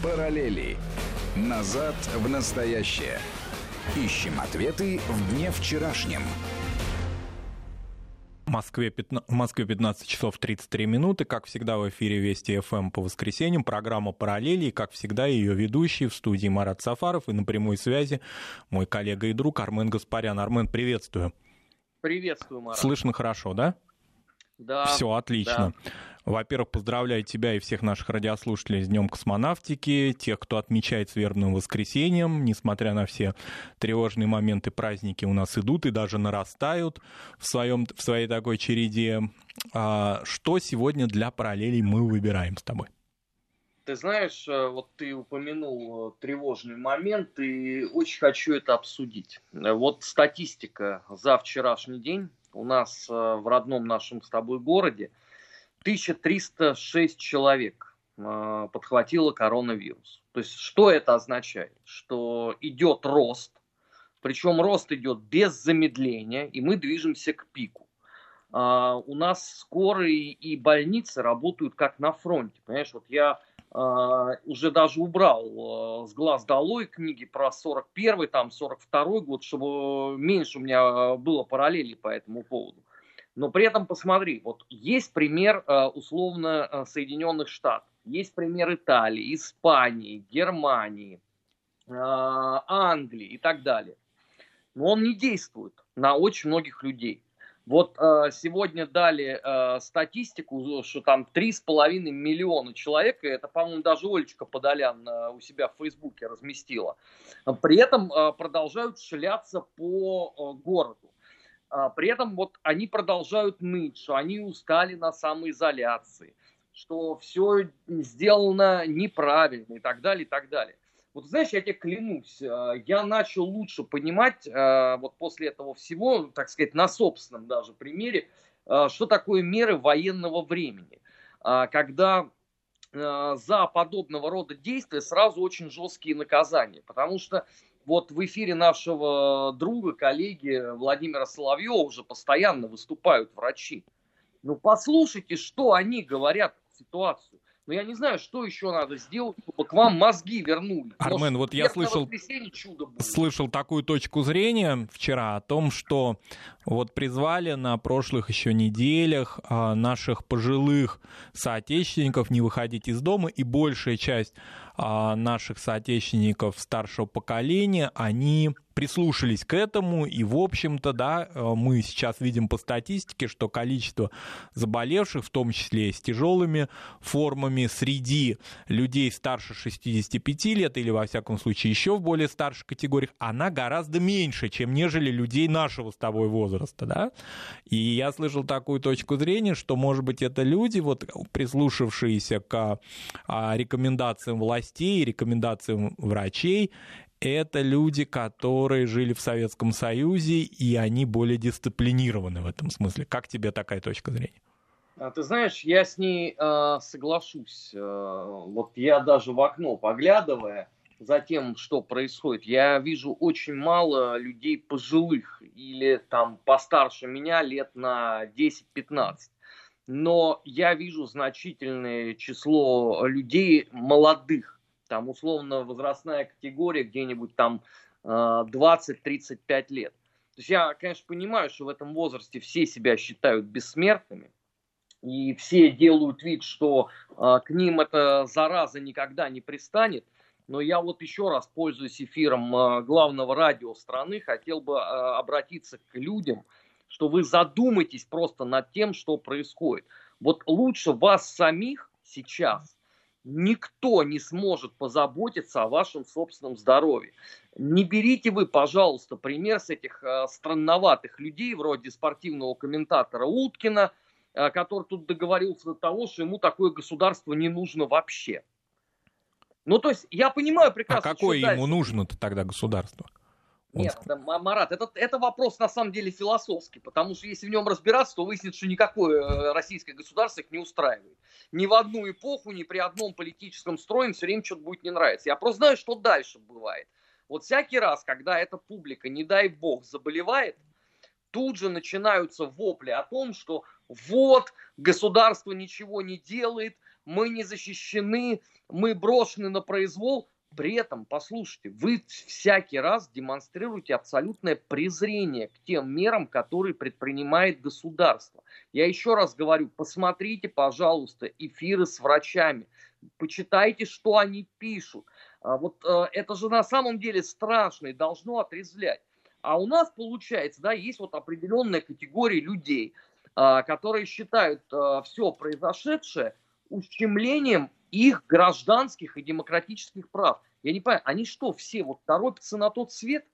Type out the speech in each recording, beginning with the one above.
Параллели. Назад в настоящее. Ищем ответы в дне вчерашнем. В Москве 15 часов 33 минуты. Как всегда, в эфире Вести ФМ по воскресеньям. Программа «Параллели». И, как всегда, ее ведущий в студии Марат Сафаров. И на прямой связи мой коллега и друг Армен Гаспарян. Армен, приветствую. Приветствую, Марат. Слышно хорошо, да? Да. Все, отлично. Да. Во-первых, поздравляю тебя и всех наших радиослушателей с Днем космонавтики, тех, кто отмечает с вербным воскресеньем. Несмотря на все тревожные моменты, праздники у нас идут и даже нарастают в своей такой череде. Что сегодня для параллелей мы выбираем с тобой? Ты знаешь, вот ты упомянул тревожный момент, и очень хочу это обсудить. Вот статистика за вчерашний день у нас в родном нашем с тобой городе 1306 человек подхватило коронавирус. То есть, что это означает? Что идет рост, причем рост идет без замедления, и мы движемся к пику. У нас скорые и больницы работают как на фронте. Понимаешь, вот я уже даже убрал с глаз долой книги про 41-й, там 42-й год, чтобы меньше у меня было параллелей по этому поводу. Но при этом посмотри, вот есть пример условно Соединенных Штатов, есть пример Италии, Испании, Германии, Англии и так далее. Но он не действует на очень многих людей. Вот сегодня дали статистику, что там 3,5 миллиона человек, и это, по-моему, даже Олечка Подолян у себя в Фейсбуке разместила. При этом продолжают шляться по городу. При этом вот они продолжают ныть, что они устали на самоизоляции, что все сделано неправильно и так далее, и так далее. Вот знаешь, я тебе клянусь, я начал лучше понимать вот после этого всего, так сказать, на собственном даже примере, что такое меры военного времени. Когда за подобного рода действия сразу очень жесткие наказания, потому что вот в эфире нашего друга, коллеги Владимира Соловьева уже постоянно выступают врачи. Ну, послушайте, что они говорят в ситуацию. Но я не знаю, что еще надо сделать, чтобы к вам мозги вернули. Армен, вот я слышал такую точку зрения вчера о том, что вот призвали на прошлых еще неделях наших пожилых соотечественников не выходить из дома, и большая часть наших соотечественников старшего поколения, они прислушались к этому, и, в общем-то, да, мы сейчас видим по статистике, что количество заболевших, в том числе и с тяжелыми формами, среди людей старше 65 лет, или, во всяком случае, еще в более старших категориях, она гораздо меньше, чем нежели людей нашего с тобой возраста, да. И я слышал такую точку зрения, что, может быть, это люди, вот, прислушавшиеся к рекомендациям властей, рекомендациям врачей, это люди, которые жили в Советском Союзе, и они более дисциплинированы в этом смысле. Как тебе такая точка зрения? Ты знаешь, я с ней соглашусь. Вот я даже в окно поглядывая за тем, что происходит, я вижу очень мало людей пожилых или там постарше меня лет на 10-15. Но я вижу значительное число людей молодых. Там условно возрастная категория где-нибудь там 20-35 лет. То есть я, конечно, понимаю, что в этом возрасте все себя считают бессмертными. И все делают вид, что к ним эта зараза никогда не пристанет. Но я вот еще раз, пользуясь эфиром главного радио страны, хотел бы обратиться к людям, что вы задумайтесь просто над тем, что происходит. Вот лучше вас самих сейчас никто не сможет позаботиться о вашем собственном здоровье. Не берите вы, пожалуйста, пример с этих странноватых людей, вроде спортивного комментатора Уткина, который тут договорился до того, что ему такое государство не нужно вообще. Ну, то есть, я понимаю прекрасно, а какое ему нужно-то тогда государство? Нет, Марат, это вопрос на самом деле философский, потому что если в нем разбираться, то выяснится, что никакое российское государство их не устраивает. Ни в одну эпоху, ни при одном политическом строе им все время что-то будет не нравиться. Я просто знаю, что дальше бывает. Вот всякий раз, когда эта публика, не дай бог, заболевает, тут же начинаются вопли о том, что вот, государство ничего не делает, мы не защищены, мы брошены на произвол. При этом, послушайте, вы всякий раз демонстрируете абсолютное презрение к тем мерам, которые предпринимает государство. Я еще раз говорю, посмотрите, пожалуйста, эфиры с врачами, почитайте, что они пишут. Вот это же на самом деле страшно и должно отрезвлять. А у нас, получается, да, есть вот определенная категория людей, которые считают все произошедшее ущемлением их гражданских и демократических прав. Я не понимаю, они что, все вот торопятся на тот свет?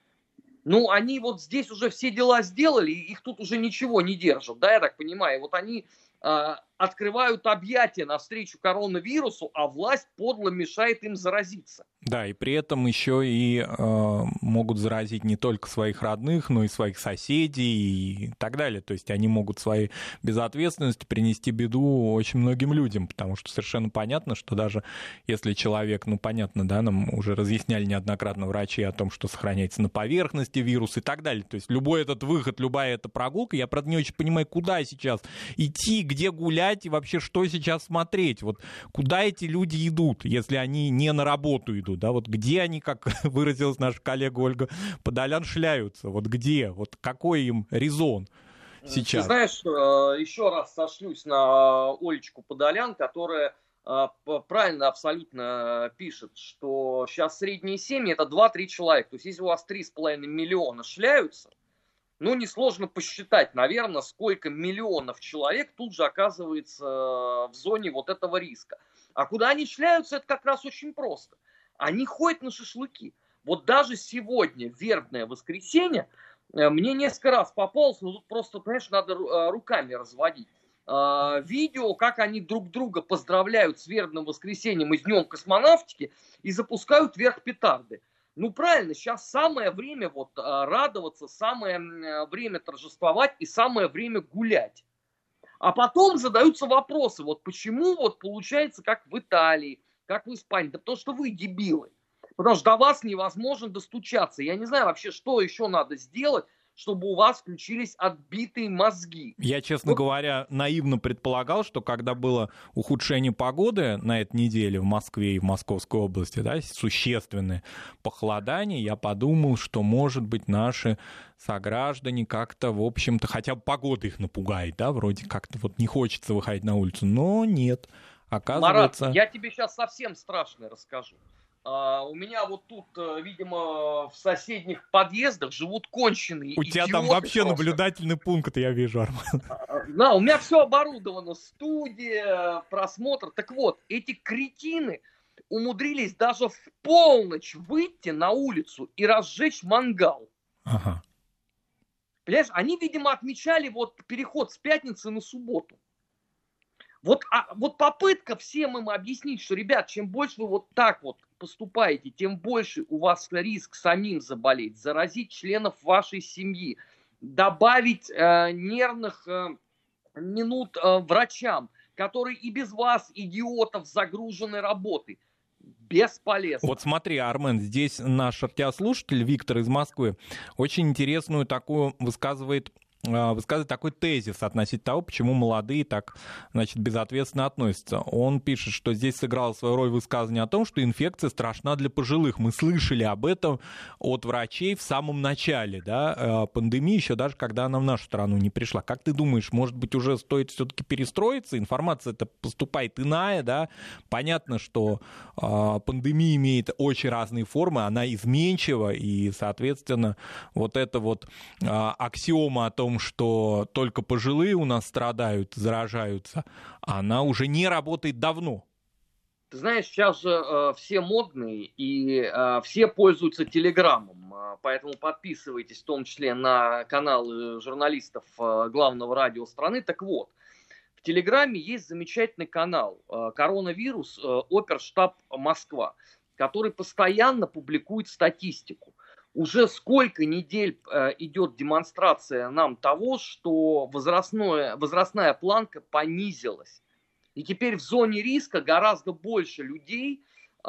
Ну, они вот здесь уже все дела сделали, их тут уже ничего не держат, да, я так понимаю. Вот они открывают объятия навстречу коронавирусу, а власть подло мешает им заразиться. Да, и при этом еще и могут заразить не только своих родных, но и своих соседей и так далее. То есть они могут своей безответственностью принести беду очень многим людям, потому что совершенно понятно, что даже если человек, ну понятно, да, нам уже разъясняли неоднократно врачи о том, что сохраняется на поверхности вирус и так далее. То есть любой этот выход, любая эта прогулка, я, правда, не очень понимаю, куда сейчас идти, где гулять и вообще что сейчас смотреть. Вот куда эти люди идут, если они не на работу идут? Да, вот где они, как выразилась наша коллега Ольга Подолян, шляются? Вот где? Вот какой им резон сейчас? Ты знаешь, еще раз сошлюсь на Олечку Подолян, которая правильно абсолютно пишет, что сейчас средние семьи это 2-3 человека. То есть если у вас 3,5 миллиона шляются, ну, несложно посчитать, наверное, сколько миллионов человек тут же оказывается в зоне вот этого риска. А куда они шляются, это как раз очень просто. Они ходят на шашлыки. Вот даже сегодня, вербное воскресенье, мне несколько раз попалось, но тут просто, понимаешь, надо руками разводить. Видео, как они друг друга поздравляют с вербным воскресеньем и с Днем космонавтики и запускают вверх петарды. Ну правильно, сейчас самое время вот радоваться, самое время торжествовать и самое время гулять. А потом задаются вопросы, вот почему вот получается как в Италии, как в Испании? Да потому что вы дебилы. Потому что до вас невозможно достучаться. Я не знаю вообще, что еще надо сделать, чтобы у вас включились отбитые мозги. Я, честно говоря, наивно предполагал, что когда было ухудшение погоды на этой неделе в Москве и в Московской области, да, существенное похолодание, я подумал, что, может быть, наши сограждане как-то, в общем-то, хотя бы погода их напугает, да, вроде как-то вот не хочется выходить на улицу, но нет. Оказывается... Марат, я тебе сейчас совсем страшное расскажу. У меня вот тут, видимо, в соседних подъездах живут конченые У тебя там вообще просто наблюдательный пункт, я вижу, Арман. Да, у меня все оборудовано, студия, просмотр. Так вот, эти кретины умудрились даже в полночь выйти на улицу и разжечь мангал. Ага. Понимаешь, они, видимо, отмечали вот переход с пятницы на субботу. Вот попытка всем им объяснить, что, ребят, чем больше вы вот так вот поступаете, тем больше у вас риск самим заболеть, заразить членов вашей семьи, добавить нервных минут врачам, которые и без вас, идиотов, загружены работой. Бесполезно. Вот смотри, Армен, здесь наш радиослушатель Виктор из Москвы очень интересную такую высказывает такой тезис относительно того, почему молодые так, значит, безответственно относятся. Он пишет, что здесь сыграло свою роль высказывание о том, что инфекция страшна для пожилых. Мы слышали об этом от врачей в самом начале, да, пандемии, еще даже когда она в нашу страну не пришла. Как ты думаешь, может быть, уже стоит все-таки перестроиться? Информация-то поступает иная, да? Понятно, что пандемия имеет очень разные формы, она изменчива, и, соответственно, вот эта вот аксиома о том, что только пожилые у нас страдают, заражаются, она уже не работает давно. Ты знаешь, сейчас же все модные и все пользуются Телеграмом, поэтому подписывайтесь в том числе на каналы журналистов главного радио страны. Так вот, в Телеграме есть замечательный канал «Коронавирус. Оперштаб Москва», который постоянно публикует статистику. Уже сколько недель идет демонстрация нам того, что возрастная планка понизилась. И теперь в зоне риска гораздо больше людей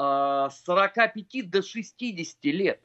с 45 до 60 лет.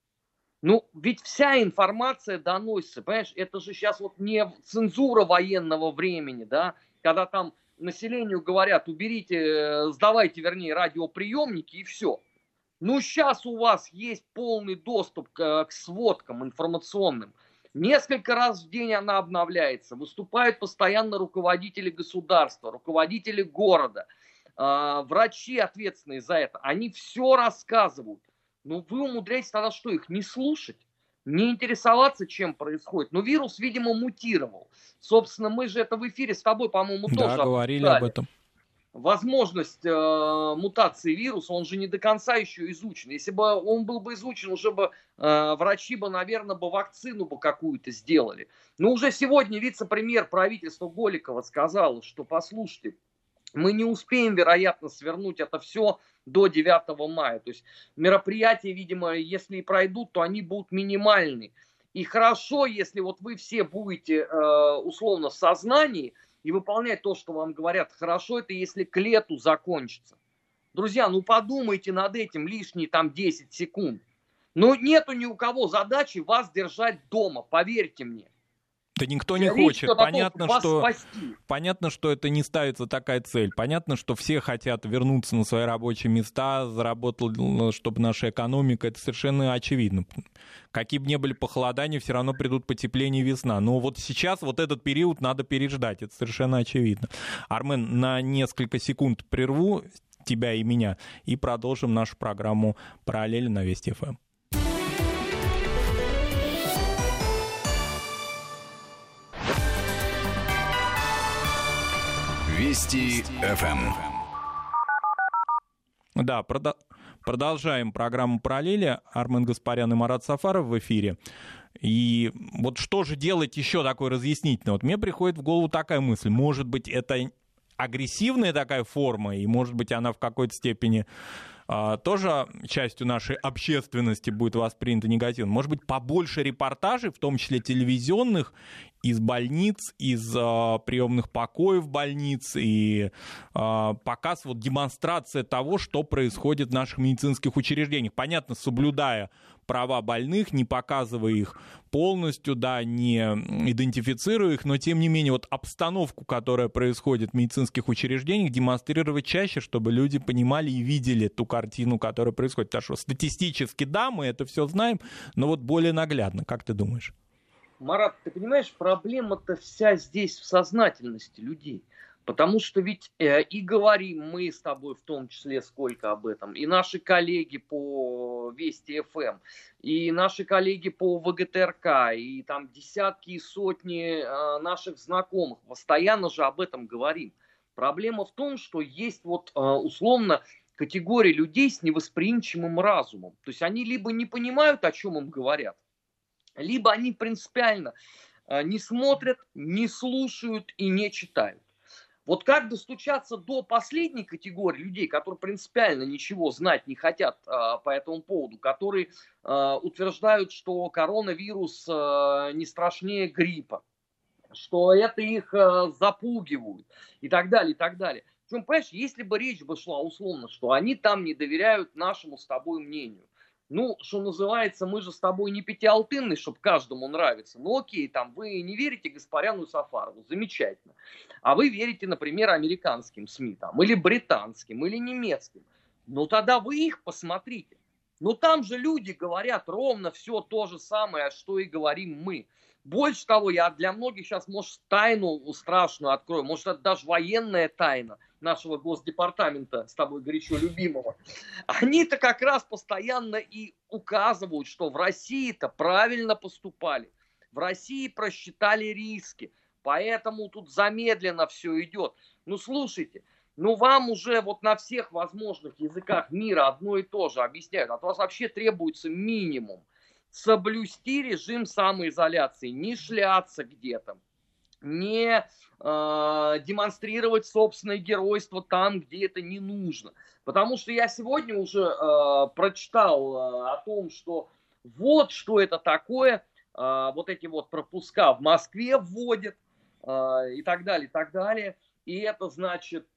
Ну, ведь вся информация доносится, понимаешь, это же сейчас вот не цензура военного времени, да, когда там населению говорят, уберите, сдавайте, вернее, радиоприемники и все. Ну, сейчас у вас есть полный доступ к сводкам информационным. Несколько раз в день она обновляется. Выступают постоянно руководители государства, руководители города, врачи, ответственные за это. Они все рассказывают. Ну, вы умудряетесь тогда что, их не слушать? Не интересоваться, чем происходит. Но вирус, видимо, мутировал. Собственно, мы же это в эфире с тобой, по-моему, тоже говорили об этом. Возможность мутации вируса, он же не до конца еще изучен. Если бы он был бы изучен, уже бы врачи бы, наверное, вакцину бы какую-то сделали. Но уже сегодня вице-премьер правительства Голикова сказал, что, послушайте, мы не успеем, вероятно, свернуть это все до 9 мая. То есть мероприятия, видимо, если и пройдут, то они будут минимальны. И хорошо, если вот вы все будете условно в сознании и выполнять то, что вам говорят. Хорошо это, если к лету закончится. Друзья, ну подумайте над этим лишние там 10 секунд. Но нету ни у кого задачи вас держать дома, поверьте мне. Да никто не хочет. Понятно, что это не ставится такая цель. Понятно, что все хотят вернуться на свои рабочие места, заработать, чтобы наша экономика. Это совершенно очевидно. Какие бы ни были похолодания, все равно придут потепление и весна. Но вот сейчас вот этот период надо переждать. Это совершенно очевидно. Армен, на несколько секунд прерву тебя и меня и продолжим нашу программу «Параллели» на Вести ФМ. Вести ФМ. Да, продолжаем программу «Параллели». Армен Гаспарян и Марат Сафаров в эфире. И вот что же делать еще такое разъяснительное? Вот мне приходит в голову такая мысль. Может быть, это агрессивная такая форма, и может быть, она в какой-то степени тоже частью нашей общественности будет воспринята негативно. Может быть, побольше репортажей, в том числе телевизионных, из больниц, из приемных покоев больниц, и показ, вот демонстрация того, что происходит в наших медицинских учреждениях. Понятно, соблюдая права больных, не показывая их полностью, да, не идентифицируя их, но тем не менее вот обстановку, которая происходит в медицинских учреждениях, демонстрировать чаще, чтобы люди понимали и видели ту картину, которая происходит. Потому что статистически, да, мы это все знаем, но вот более наглядно. Как ты думаешь? Марат, ты понимаешь, проблема-то вся здесь в сознательности людей. Потому что ведь и говорим мы с тобой в том числе сколько об этом, и наши коллеги по Вести ФМ, и наши коллеги по ВГТРК, и там десятки и сотни наших знакомых, постоянно же об этом говорим. Проблема в том, что есть вот условно категория людей с невосприимчивым разумом. То есть они либо не понимают, о чем им говорят, либо они принципиально не смотрят, не слушают и не читают. Вот как достучаться до последней категории людей, которые принципиально ничего знать не хотят по этому поводу, которые утверждают, что коронавирус не страшнее гриппа, что это их запугивают и так далее, и так далее. Причем, понимаешь, если бы речь бы шла условно, что они там не доверяют нашему с тобой мнению, ну, что называется, мы же с тобой не пятиалтынный, чтобы каждому нравится. Ну, окей, там, вы не верите Гаспаряну и Сафарову, замечательно. А вы верите, например, американским СМИ, там, или британским, или немецким. Ну, тогда вы их посмотрите. Ну, там же люди говорят ровно все то же самое, что и говорим мы. Больше того, я для многих сейчас, может, тайну страшную открою, может, это даже военная тайна нашего Госдепартамента, с тобой горячо любимого. Они-то как раз постоянно и указывают, что в России-то правильно поступали. В России просчитали риски, поэтому тут замедленно все идет. Ну, слушайте, ну вам уже вот на всех возможных языках мира одно и то же объясняют. От вас вообще требуется минимум соблюсти режим самоизоляции, не шляться где-то, не демонстрировать собственное геройство там, где это не нужно. Потому что я сегодня уже прочитал о том, что вот что это такое, вот эти вот пропуска в Москве вводят и так далее, и так далее. И это значит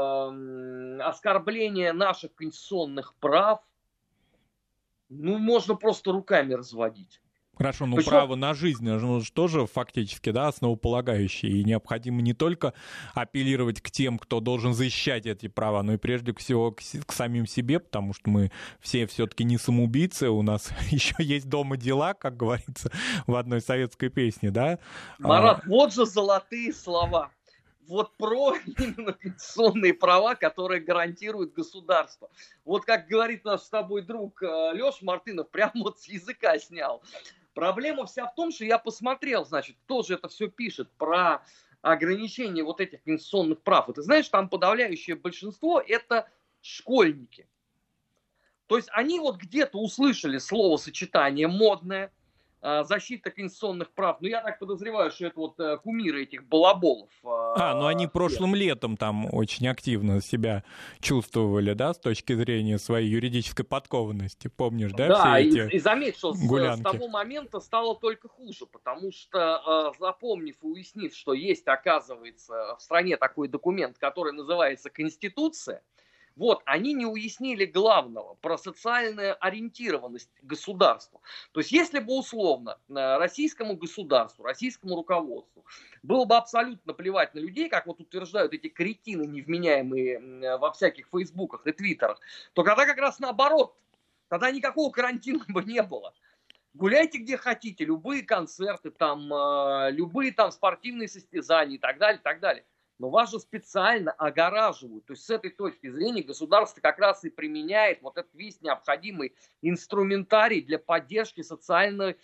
оскорбление наших конституционных прав. Ну, можно просто руками разводить. Хорошо, но Причем... право на жизнь, оно же тоже фактически, да, основополагающее, и необходимо не только апеллировать к тем, кто должен защищать эти права, но и прежде всего к самим себе, потому что мы все-таки не самоубийцы, у нас еще есть дома дела, как говорится в одной советской песне, да? Марат, вот же золотые слова. Вот про именно конституционные права, которые гарантирует государство. Вот как говорит наш с тобой друг Леша Мартынов, прямо вот с языка снял. Проблема вся в том, что я посмотрел, значит, кто же это все пишет про ограничение вот этих конституционных прав. И ты знаешь, там подавляющее большинство это школьники. То есть они вот где-то услышали словосочетание модное, защита конституционных прав. Ну, я так подозреваю, что это вот кумиры этих балаболов. Ну они прошлым летом там очень активно себя чувствовали, да, с точки зрения своей юридической подкованности. Помнишь, да, Да, все эти и заметь, что гулянки. с того момента стало только хуже, потому что, запомнив и уяснив, что есть, оказывается, в стране такой документ, который называется Конституция, вот, они не уяснили главного, про социальную ориентированность государства. То есть, если бы условно российскому государству, российскому руководству было бы абсолютно плевать на людей, как вот утверждают эти кретины невменяемые во всяких фейсбуках и твиттерах, то тогда как раз наоборот, тогда никакого карантина бы не было. Гуляйте где хотите, любые концерты, там, любые там спортивные состязания и так далее, и так далее. Но вас же специально огораживают. То есть с этой точки зрения государство как раз и применяет вот этот весь необходимый инструментарий для поддержки социальной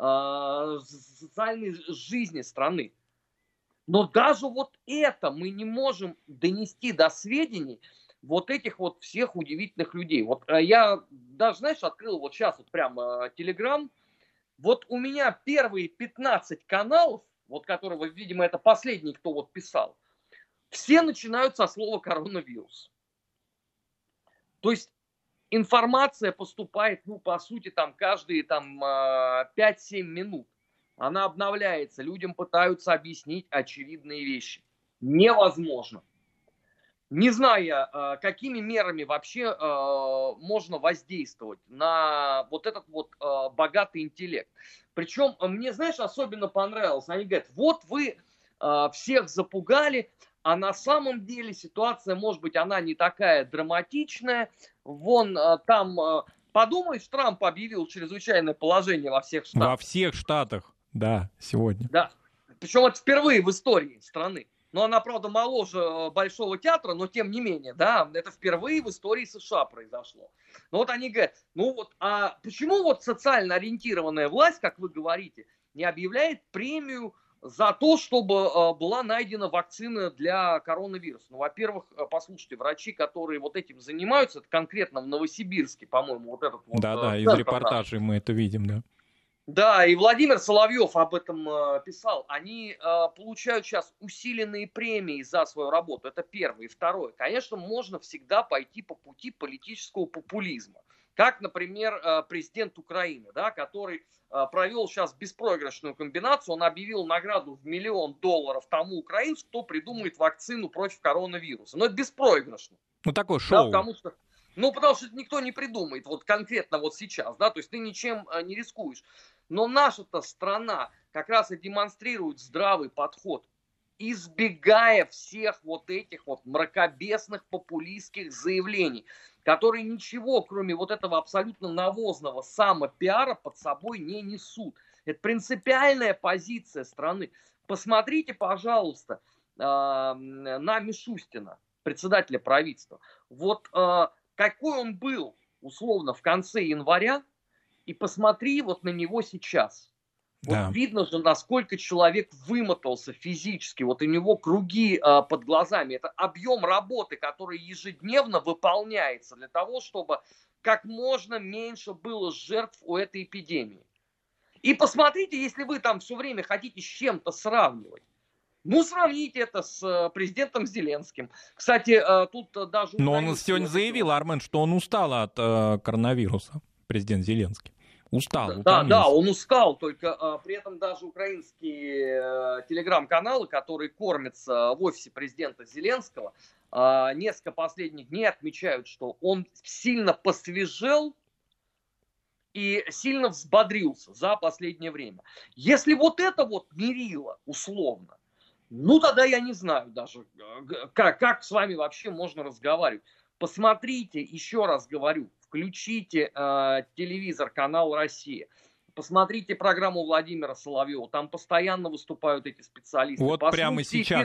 жизни страны. Но даже вот это мы не можем донести до сведений вот этих вот всех удивительных людей. Вот я даже, знаешь, открыл вот сейчас вот прямо Telegram. Вот у меня первые 15 каналов, вот которые, видимо, это последний, кто вот писал, все начинают со слова коронавирус. То есть информация поступает, ну, по сути, там каждые там 5-7 минут. Она обновляется, людям пытаются объяснить очевидные вещи. Невозможно. Не зная, какими мерами вообще можно воздействовать на вот этот вот богатый интеллект. Причем мне, знаешь, особенно понравилось, они говорят, вот вы всех запугали, а на самом деле ситуация, может быть, она не такая драматичная. Вон там, подумаешь, Трамп объявил чрезвычайное положение во всех штатах. Во всех штатах, да, сегодня. Да, причем это впервые в истории страны. Но она, правда, моложе Большого театра, но тем не менее, да, это впервые в истории США произошло. Но вот они говорят, ну вот, а почему вот социально ориентированная власть, как вы говорите, не объявляет премию за то, чтобы была найдена вакцина для коронавируса? Ну, во-первых, послушайте, врачи, которые вот этим занимаются, это конкретно в Новосибирске, по-моему, вот этот вот... Да, из репортажей мы это видим, да. Да, и Владимир Соловьев об этом писал. Они получают сейчас усиленные премии за свою работу. Это первое. И второе. Конечно, можно всегда пойти по пути политического популизма. Как, например, президент Украины, да, который провел сейчас беспроигрышную комбинацию. Он объявил награду в $1 миллион тому украинцу, кто придумает вакцину против коронавируса. Но это беспроигрышно. Ну, такое шоу. Да, потому что никто не придумает вот конкретно вот сейчас, да, то есть ты ничем не рискуешь. Но наша-то страна как раз и демонстрирует здравый подход, избегая всех вот этих вот мракобесных популистских заявлений, которые ничего, кроме вот этого абсолютно навозного самопиара, под собой не несут. Это принципиальная позиция страны. Посмотрите, пожалуйста, на Мишустина, председателя правительства. Вот какой он был, условно, в конце января, и посмотри вот на него сейчас. Да. Вот видно же, насколько человек вымотался физически. Вот у него круги под глазами. Это объем работы, который ежедневно выполняется для того, чтобы как можно меньше было жертв у этой эпидемии. И посмотрите, если вы там все время хотите с чем-то сравнивать. Ну, сравните это с президентом Зеленским. Кстати, тут даже... Но он сегодня заявил, Армен, что он устал от коронавируса, президент Зеленский. Устал. Да, он устал, только при этом даже украинские телеграм-каналы, которые кормятся в офисе президента Зеленского, несколько последних дней отмечают, что он сильно посвежел и сильно взбодрился за последнее время. Если вот это вот мерило условно, ну тогда я не знаю даже, как с вами вообще можно разговаривать. Посмотрите, еще раз говорю, включите телевизор, канал «Россия». Посмотрите программу Владимира Соловьева, там постоянно выступают эти специалисты. Вот прямо сейчас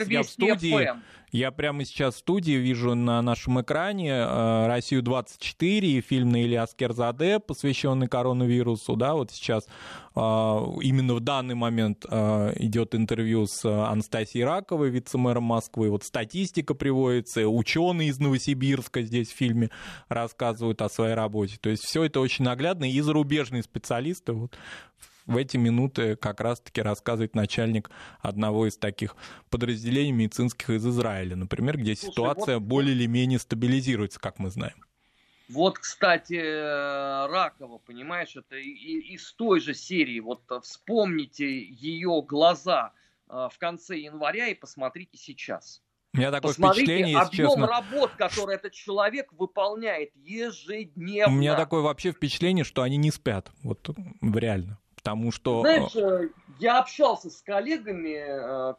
я прямо сейчас в студии вижу на нашем экране «Россию-24» и фильм на Ильяс Керзаде, посвященный коронавирусу, да, вот сейчас именно в данный момент идет интервью с Анастасией Раковой, вице-мэром Москвы, вот статистика приводится, ученые из Новосибирска здесь в фильме рассказывают о своей работе, то есть все это очень наглядно, и зарубежные специалисты вот в эти минуты как раз-таки рассказывает начальник одного из таких подразделений медицинских из Израиля, например, где ситуация более или менее стабилизируется, как мы знаем. Вот, кстати, Ракова, понимаешь, это из той же серии. Вот вспомните ее глаза в конце января и посмотрите сейчас. У меня такое впечатление, если честно... объем работ, который этот человек выполняет ежедневно. У меня такое вообще впечатление, что они не спят, вот реально. Потому что... Знаешь, я общался с коллегами,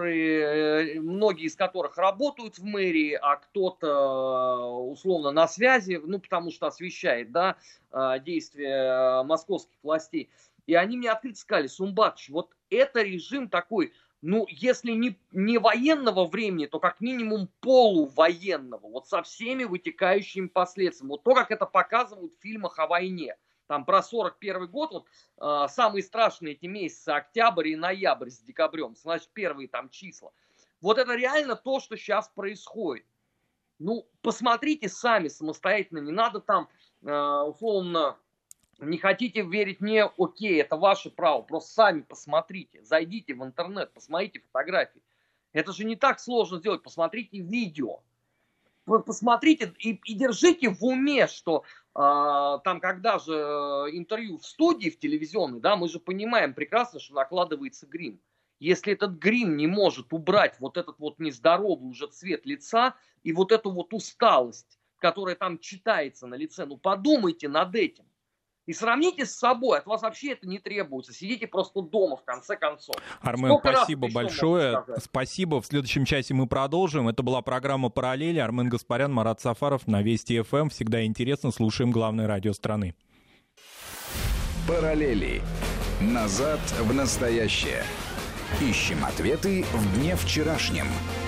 многие из которых работают в мэрии, а кто-то условно на связи, ну, потому что освещает, да, действия московских властей. И они мне открыто сказали: Сумбатович, вот это режим такой, ну, если не военного времени, то как минимум полувоенного, вот со всеми вытекающими последствиями. Вот то, как это показывают в фильмах о войне. Там про 41 год, вот самые страшные эти месяцы, октябрь и ноябрь с декабрем, значит, первые там числа. Вот это реально то, что сейчас происходит. Ну, посмотрите сами самостоятельно, не надо там, условно, не хотите верить мне, окей, это ваше право, просто сами посмотрите, зайдите в интернет, посмотрите фотографии. Это же не так сложно сделать, посмотрите видео. Посмотрите и держите в уме, что там, когда же интервью в студии, в телевизионной, да, мы же понимаем прекрасно, что накладывается грим. Если этот грим не может убрать вот этот вот нездоровый уже цвет лица и вот эту вот усталость, которая там читается на лице, ну подумайте над этим. И сравните с собой, от вас вообще это не требуется. Сидите просто дома, в конце концов. Армен, спасибо большое. Спасибо. В следующем часе мы продолжим. Это была программа «Параллели». Армен Гаспарян, Марат Сафаров на Вести ФМ. Всегда интересно. Слушаем главное радио страны. «Параллели». Назад в настоящее. Ищем ответы в дне вчерашнем.